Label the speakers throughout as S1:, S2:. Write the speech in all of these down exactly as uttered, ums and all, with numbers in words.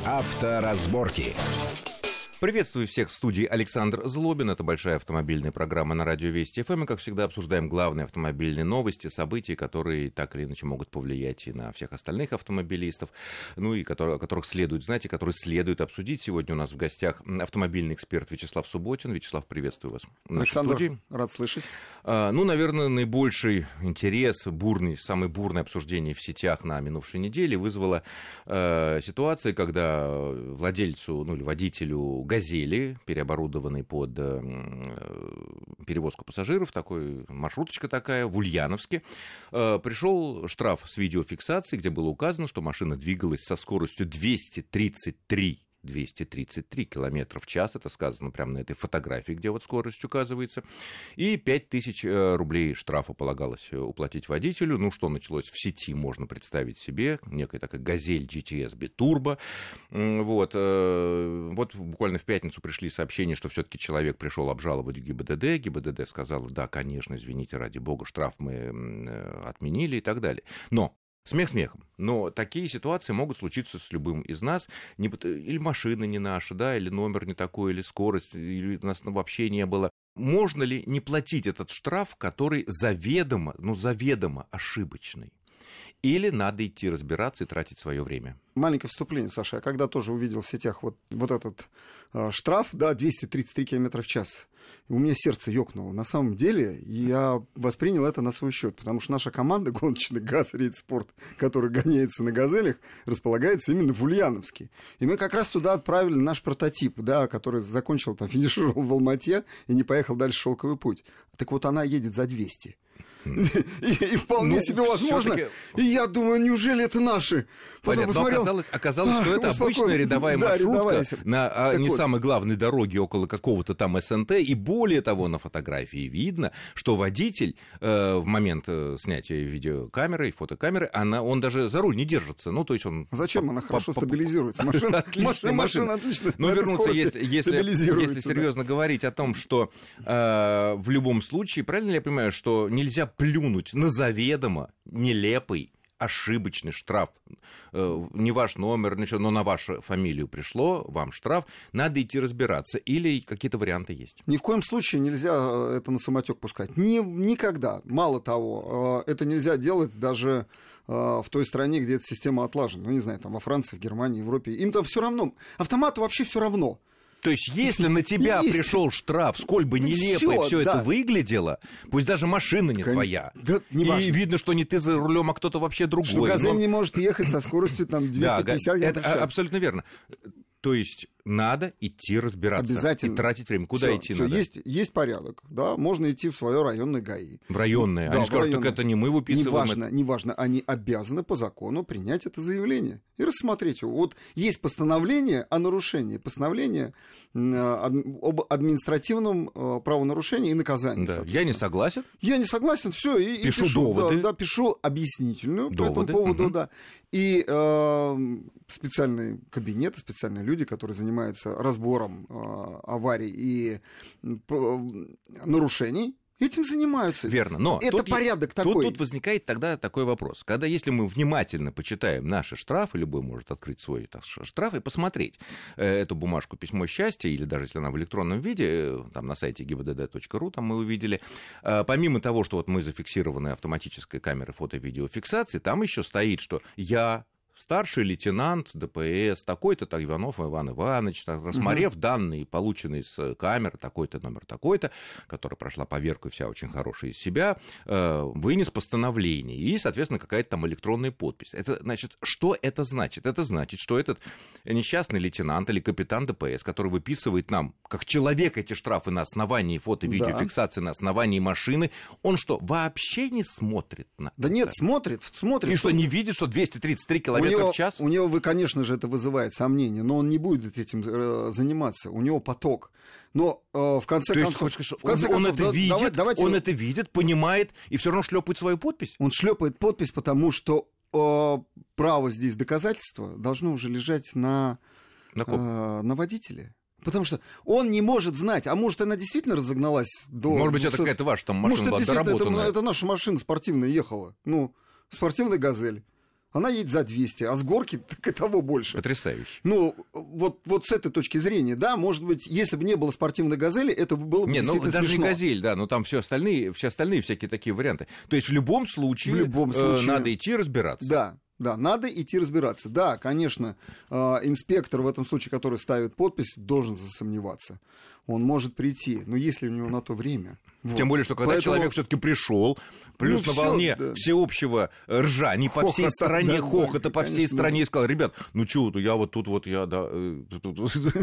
S1: Авторазборки. Приветствую всех в студии Александр Злобин. Это большая автомобильная программа на радио Вести ФМ. Мы, как всегда, обсуждаем главные автомобильные новости, события, которые так или иначе могут повлиять и на всех остальных автомобилистов, ну и которые, о которых следует знать, и которые следует обсудить. Сегодня у нас в гостях автомобильный эксперт Вячеслав Субботин. Вячеслав, приветствую вас в нашей
S2: Александр,
S1: студии.
S2: Рад слышать.
S1: А, ну, наверное, наибольший интерес, бурный, самое бурное обсуждение в сетях на минувшей неделе вызвала э, ситуация, когда владельцу, ну или водителю «Газели», переоборудованной под э, перевозку пассажиров, такой, маршруточка такая, в Ульяновске, э, пришел штраф с видеофиксацией, где было указано, что машина двигалась со скоростью двести тридцать три километра в час, это сказано прямо на этой фотографии, где вот скорость указывается, и пять тысяч рублей штрафа полагалось уплатить водителю. Ну, что началось в сети, можно представить себе, некая такая «Газель джи ти эс Битурбо». Вот. Вот буквально в пятницу пришли сообщения, что все-таки человек пришел обжаловать в ГИБДД, ГИБДД сказал: да, конечно, извините, ради бога, штраф мы отменили и так далее. Но смех смехом, но такие ситуации могут случиться с любым из нас. Или машина не наша, да, или номер не такой, или скорость, или у нас вообще не было. Можно ли не платить этот штраф, который заведомо, ну, заведомо ошибочный? Или надо идти разбираться и тратить свое время?
S2: Маленькое вступление, Саша. Я когда тоже увидел в сетях вот, вот этот э, штраф, да, двести тридцать три километра в час, у меня сердце ёкнуло. На самом деле я воспринял это на свой счет, потому что наша команда гоночная «ГАЗ Рейд Спорт», которая гоняется на «Газелях», располагается именно в Ульяновске. И мы как раз туда отправили наш прототип, да, который закончил, там, финишировал в Алмате и не поехал дальше «Шелковый путь». Так вот, она едет за двести. И, и вполне ну, себе возможно. И я думаю, неужели это наши?
S1: Потом посмотрел... Оказалось, оказалось а, что это успокоен. Обычная рядовая да, маршрутка рядовая. На а, не вот. самой главной дороге около какого-то там СНТ. И более того, на фотографии видно, что водитель э, в момент э, снятия видеокамеры и фотокамеры, она, он даже за руль не держится. Ну, то есть он...
S2: Зачем? Она хорошо стабилизируется. Машина отлично.
S1: Но вернуться, если серьезно говорить о том, что в любом случае, правильно ли я понимаю, что нельзя плюнуть на заведомо нелепый, ошибочный штраф. Не ваш номер, ничего, но на вашу фамилию пришло, вам штраф, надо идти разбираться. Или какие-то варианты есть?
S2: Ни в коем случае нельзя это на самотек пускать. Ни, никогда. Мало того, это нельзя делать даже в той стране, где эта система отлажена. Ну, не знаю, там во Франции, в Германии, в Европе. Им там все равно. Автомату вообще все равно.
S1: То есть, если на тебя есть. Пришел штраф, сколь бы нелепо все да. это выглядело, пусть даже машина не Кон... твоя, да, не и важно. Видно, что не ты за рулем, а кто-то вообще другой.
S2: Что «Газель»
S1: но...
S2: не может ехать со скоростью там, двести пятьдесят километров в час.
S1: Абсолютно верно. То есть надо идти разбираться.
S2: Обязательно.
S1: И тратить время. Куда всё, идти
S2: всё,
S1: надо?
S2: Есть, есть порядок. Да? Можно идти в свое районное ГАИ.
S1: В районное?
S2: Да,
S1: они скажут, так это не мы выписываем.
S2: Неважно, это... неважно. Они обязаны по закону принять это заявление и рассмотреть его. Вот есть постановление о нарушении, постановление об административном правонарушении и наказании.
S1: Да. Я не согласен.
S2: Я не согласен. Все. И,
S1: пишу,
S2: и пишу
S1: доводы.
S2: Да, да, пишу объяснительную
S1: доводы.
S2: по этому поводу.
S1: Угу.
S2: Да. И э, специальные кабинеты, специальные люди, которые занимаются разбором э, аварий и э, нарушений, этим занимаются.
S1: Верно, но
S2: это
S1: тут,
S2: порядок
S1: тут,
S2: такой.
S1: Тут возникает тогда такой вопрос. Когда, если мы внимательно почитаем наши штрафы, любой может открыть свой так, штраф и посмотреть э, эту бумажку «Письмо счастья», или даже если она в электронном виде, э, там на сайте ги бэ дэ дэ точка ру, там мы увидели, э, помимо того, что вот мы зафиксированы автоматической камерой фото-видеофиксации, там еще стоит, что я... старший лейтенант дэ пэ эс, такой-то, так, Иванов Иван Иванович, так, рассмотрев угу. данные, полученные с камеры, такой-то номер, такой-то, которая прошла поверку и вся очень хорошая из себя, э, вынес постановление. И, соответственно, какая-то там электронная подпись. Это, значит, что это значит? Это значит, что этот несчастный лейтенант или капитан дэ пэ эс, который выписывает нам, как человек, эти штрафы на основании фото-видеофиксации, да. на основании машины, он что, вообще не смотрит на
S2: да это? Нет, смотрит, смотрит.
S1: И что, не видит, что двести тридцать три километра
S2: у него,
S1: в час?
S2: У него, вы, конечно же, это вызывает сомнения, но он не будет этим э, заниматься. У него поток. Но э, в конце
S1: То
S2: концов...
S1: Есть,
S2: в конце
S1: он,
S2: концов,
S1: он это
S2: да,
S1: видит,
S2: давайте, давайте...
S1: он это видит, понимает и все равно шлепает свою подпись?
S2: Он шлепает подпись, потому что э, право здесь доказательства должно уже лежать на,
S1: на,
S2: э, на водителе. Потому что он не может знать, а может, она действительно разогналась до...
S1: Может быть, это какая-то ваша там машина
S2: может,
S1: была доработанная.
S2: Это, это наша машина спортивная ехала. Ну, спортивная «Газель». Она едет за двести, а с горки так и того больше.
S1: Потрясающе.
S2: Ну, вот, вот с этой точки зрения, да, может быть, если бы не было спортивной «Газели», это было бы
S1: не,
S2: действительно
S1: ну, даже
S2: смешно.
S1: не «Газель», да, но там все остальные, все остальные всякие такие варианты. То есть в любом случае,
S2: в любом случае
S1: э, надо идти разбираться.
S2: Да. Да, надо идти разбираться. Да, конечно, э, инспектор в этом случае, который ставит подпись, должен засомневаться. Он может прийти, но если у него на то время. Вот.
S1: Тем более, что когда
S2: Поэтому...
S1: человек все-таки пришел, плюс
S2: ну,
S1: на
S2: всё,
S1: волне
S2: да.
S1: всеобщего ржа, не по
S2: Хохота,
S1: всей стране,
S2: да,
S1: хохота
S2: да,
S1: по всей
S2: конечно,
S1: стране,
S2: да.
S1: и сказал: ребят, ну что, я вот тут вот, я, да, э, тут,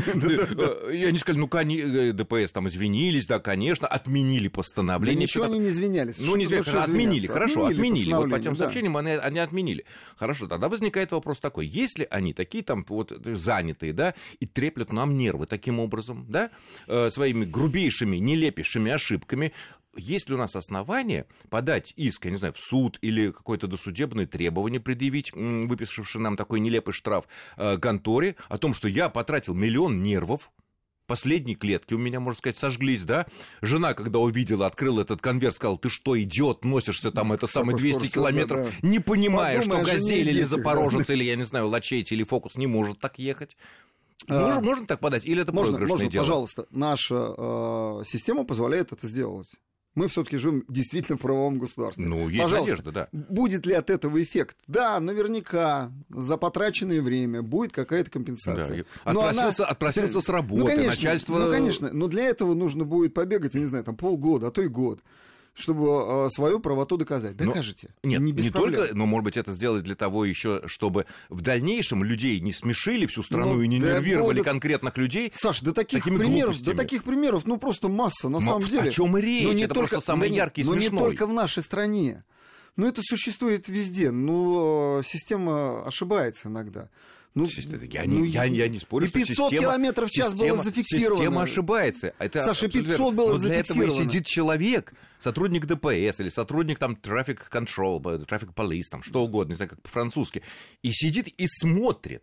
S1: и они сказали, ну, кони- ДПС там извинились, да, конечно, отменили
S2: Да
S1: постановление.
S2: ничего они не извинялись.
S1: Ну, не
S2: Что-
S1: извинялись,
S2: что
S1: отменили,
S2: извиняться?
S1: хорошо, отменили. Вот по
S2: постановление,
S1: тем
S2: да.
S1: сообщениям они, они отменили. Хорошо, тогда возникает вопрос такой: если они такие там вот занятые, да, и треплют нам нервы таким образом, да, э, своими грубейшими, нелепейшими ошибками, есть ли у нас основания подать иск, я не знаю, в суд или какое-то досудебное требование предъявить, м, выписавший нам такой нелепый штраф, э, конторе о том, что я потратил миллион нервов, последние клетки у меня, можно сказать, сожглись, да? Жена, когда увидела, открыла этот конверт, сказала: ты что, идиот, носишься там, это самое двести
S2: скоростью,
S1: километров,
S2: да, да.
S1: не понимая,
S2: Подумай
S1: что
S2: о жене и
S1: «Газель» или
S2: детях,
S1: «Запорожец»,
S2: да.
S1: или, я не знаю, «Лачетти» или «Фокус» не может так ехать.
S2: А,
S1: Можно, можно так подать? Или это
S2: Можно,
S1: проигрышное
S2: можно,
S1: дело?
S2: пожалуйста. Наша э, система позволяет это сделать. Мы все-таки живем действительно в правовом государстве.
S1: Ну, есть
S2: Пожалуйста,
S1: надежда, да.
S2: будет ли от этого эффект? Да, наверняка за потраченное время будет какая-то компенсация.
S1: Да.
S2: Но
S1: Отпросился,
S2: она...
S1: отпросился с работы,
S2: ну, конечно,
S1: начальство...
S2: Ну, конечно, но для этого нужно будет побегать, я не знаю, там полгода, а то и год, чтобы э, свою правоту доказать. Докажете.
S1: Но, нет,
S2: не,
S1: не,
S2: без
S1: не
S2: проблем.
S1: только, но, может быть, это сделать для того еще, чтобы в дальнейшем людей не смешили всю страну
S2: Ну,
S1: и не
S2: да,
S1: нервировали
S2: ну, да...
S1: конкретных людей.
S2: Саш, до таких
S1: такими
S2: примеров,
S1: глупостями.
S2: до таких примеров, ну просто масса, на
S1: М-
S2: самом деле.
S1: О чем и речь?
S2: Ну, не
S1: это
S2: только,
S1: просто самый
S2: да
S1: яркий и
S2: нет,
S1: смешной.
S2: Но не только в нашей стране. Но это существует везде. Ну, система ошибается иногда. Ну,
S1: Я,
S2: ну,
S1: не, я, я не спорю,
S2: и
S1: что
S2: пятьсот
S1: система,
S2: километров в час
S1: система,
S2: было зафиксировано.
S1: Система ошибается. Это
S2: Саша, пятьсот было
S1: но для этого и
S2: зафиксировано.
S1: сидит человек, сотрудник ДПС или сотрудник там Traffic Control, Traffic Police, там что угодно, не знаю, как по-французски, и сидит и смотрит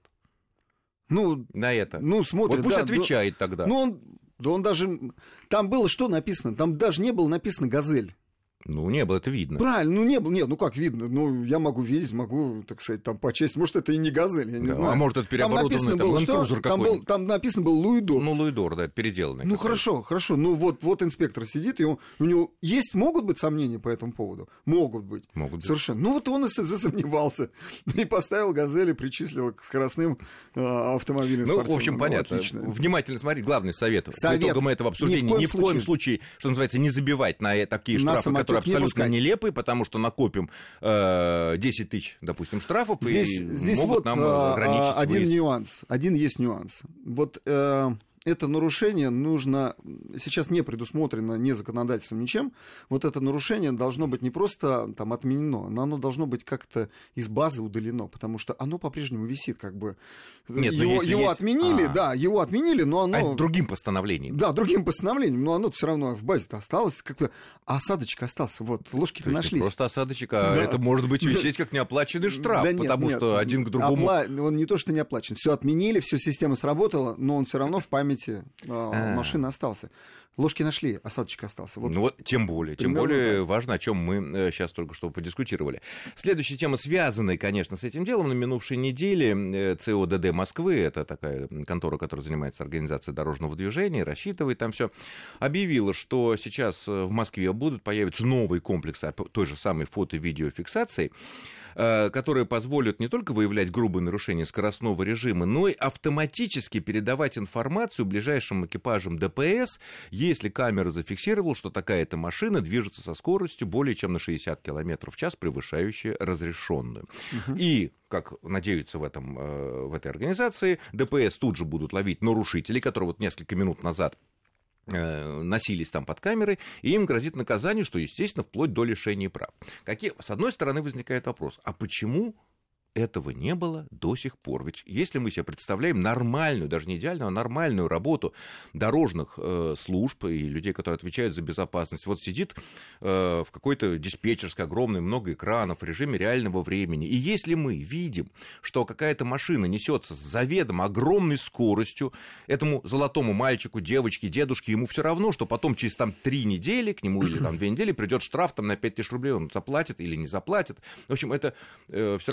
S2: ну,
S1: на это.
S2: Ну, смотрит,
S1: вот пусть
S2: да,
S1: отвечает
S2: да,
S1: тогда.
S2: Ну, он, да он даже... Там было что написано? Там даже не было написано «Газель».
S1: Ну, не было, это видно.
S2: Правильно, ну не было, нет, ну как видно, ну я могу видеть, могу, так сказать, там почесть, может это и не «Газель», я не
S1: Да,
S2: знаю.
S1: а может это переоборудованный там Land-Cruiser
S2: там, был,
S1: какой-нибудь.
S2: там написано было «Луидор».
S1: Ну, Луидор, да, это переделанный.
S2: Ну хорошо, хорошо, ну вот, вот инспектор сидит, и он, у него есть, могут быть сомнения по этому поводу? Могут быть.
S1: Могут быть.
S2: Совершенно. Ну вот он и засомневался, и поставил «Газель» и причислил к скоростным э, автомобилям.
S1: Ну, в общем,
S2: ну,
S1: понятно.
S2: отлично.
S1: Внимательно смотреть. Главный совет.
S2: Совет.
S1: По итогам этого обсуждения
S2: Ни в коем
S1: ни в коем
S2: случае.
S1: случае, что называется, не забивать на такие
S2: На
S1: штрафы,
S2: самотек
S1: которые
S2: не
S1: абсолютно
S2: пускать.
S1: нелепые, потому что накопим э, десять тысяч, допустим, штрафов,
S2: Здесь,
S1: и
S2: здесь
S1: могут
S2: вот
S1: нам
S2: а,
S1: ограничить
S2: один
S1: выезд.
S2: нюанс. Один есть нюанс. Вот э, это нарушение нужно, сейчас не предусмотрено ни законодательством, ничем, вот это нарушение должно быть не просто там отменено, но оно должно быть как-то из базы удалено, потому что оно по-прежнему висит, как бы.
S1: Нет, но
S2: его
S1: если
S2: его
S1: есть-
S2: отменили,
S1: А.
S2: да, его отменили, но оно...
S1: А другим постановлением.
S2: Да, другим постановлением, но оно все равно в базе-то осталось, как бы, а осадочек остался, вот, ложки-то
S1: То есть не
S2: нашлись.
S1: просто осадочек, а
S2: Да.
S1: это может быть висеть как неоплаченный штраф,
S2: Да нет,
S1: потому
S2: нет.
S1: что один к другому...
S2: Опла- Он не то, что не оплачен. Все отменили, все система сработала, но он все равно в памяти э,
S1: А.
S2: машины остался. Ложки нашли, осадочек остался. Вот.
S1: Ну вот, тем более, тем
S2: Примерно
S1: более
S2: так.
S1: важно, о чем мы сейчас только что подискутировали. Следующая тема, связанная, конечно, с этим делом, на минувшей неделе ЦОДД Москвы, это такая контора, которая занимается организацией дорожного движения, рассчитывает там все, объявила, что сейчас в Москве будут появиться новые комплексы той же самой фото-видеофиксации, которые позволят не только выявлять грубые нарушения скоростного режима, но и автоматически передавать информацию ближайшим экипажам ДПС, если камера зафиксировала, что такая-то машина движется со скоростью более чем на шестьдесят километров в час, превышающая разрешенную. Uh-huh. И, как надеются в, этом, в этой организации, ДПС тут же будут ловить нарушителей, которые вот несколько минут назад носились там под камерой, и им грозит наказание, что, естественно, вплоть до лишения прав. Какие... С одной стороны, возникает вопрос, а почему этого не было до сих пор? Ведь если мы себе представляем нормальную, даже не идеальную, а нормальную работу дорожных э, служб и людей, которые отвечают за безопасность, вот сидит э, в какой-то диспетчерской огромной, много экранов, в режиме реального времени, и если мы видим, что какая-то машина несется с заведомо огромной скоростью, этому золотому мальчику, девочке, дедушке, ему все равно, что потом через там три недели к нему или там две недели придет штраф там, на пять тысяч рублей, он заплатит или не заплатит. В общем, это э, все равно...
S2: Заплатит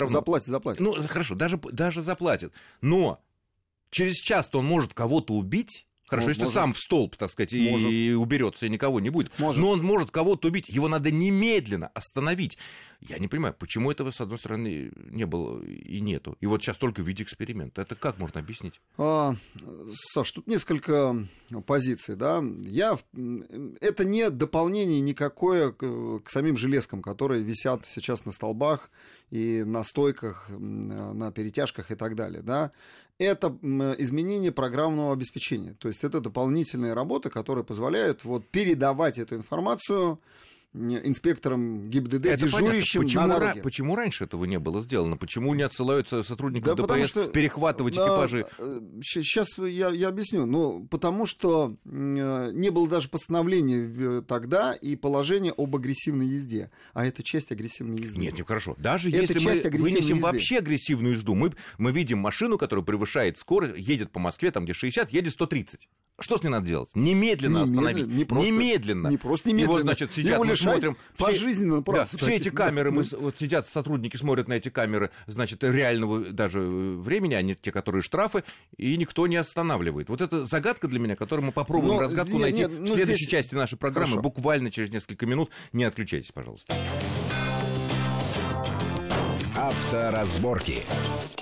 S2: заплатит.
S1: Ну, хорошо, даже, даже заплатит. Но через час-то он может кого-то убить. Хорошо,
S2: может,
S1: если
S2: может.
S1: сам в столб, так сказать,
S2: Может.
S1: и уберется, и никого не будет.
S2: Может.
S1: Но он может кого-то убить. Его надо немедленно остановить. Я не понимаю, почему этого, с одной стороны, не было и нету. И вот сейчас только в виде эксперимента. Это как можно объяснить?
S2: А, Саш, тут несколько позиций, да. Я, это не дополнение никакое к, к самим железкам, которые висят сейчас на столбах и на стойках, на перетяжках и так далее, да. Это изменение программного обеспечения. То есть это дополнительные работы, которые позволяют вот передавать эту информацию инспекторам ГИБДД,
S1: это
S2: дежурящим
S1: почему,
S2: на дороге.
S1: Почему раньше этого не было сделано? Почему не отсылаются сотрудников
S2: да
S1: ДПС
S2: что,
S1: перехватывать
S2: да,
S1: экипажи?
S2: Сейчас я, я объясню. Ну, потому что не было даже постановления тогда и положения об агрессивной езде. А это часть агрессивной езды.
S1: Нет, не хорошо. Даже
S2: это
S1: если мы вынесем
S2: езды.
S1: вообще агрессивную езду, мы, мы видим машину, которая превышает скорость, едет по Москве, там где шестьдесят, едет сто тридцать. Что с ней надо делать? Немедленно
S2: не
S1: остановить.
S2: Не просто,
S1: немедленно.
S2: Не просто немедленно.
S1: И вот, значит, сидят, мы смотрим...
S2: Пожизненно прав.
S1: Да, все эти камеры, мы, вот сидят сотрудники, смотрят на эти камеры, значит, реального даже времени, а не те, которые штрафы, и никто не останавливает. Вот это загадка для меня, которую мы попробуем
S2: но,
S1: разгадку
S2: нет,
S1: найти
S2: нет,
S1: в следующей
S2: здесь...
S1: части нашей программы,
S2: Хорошо.
S1: Буквально через несколько минут. Не отключайтесь, пожалуйста.
S3: Авторазборки.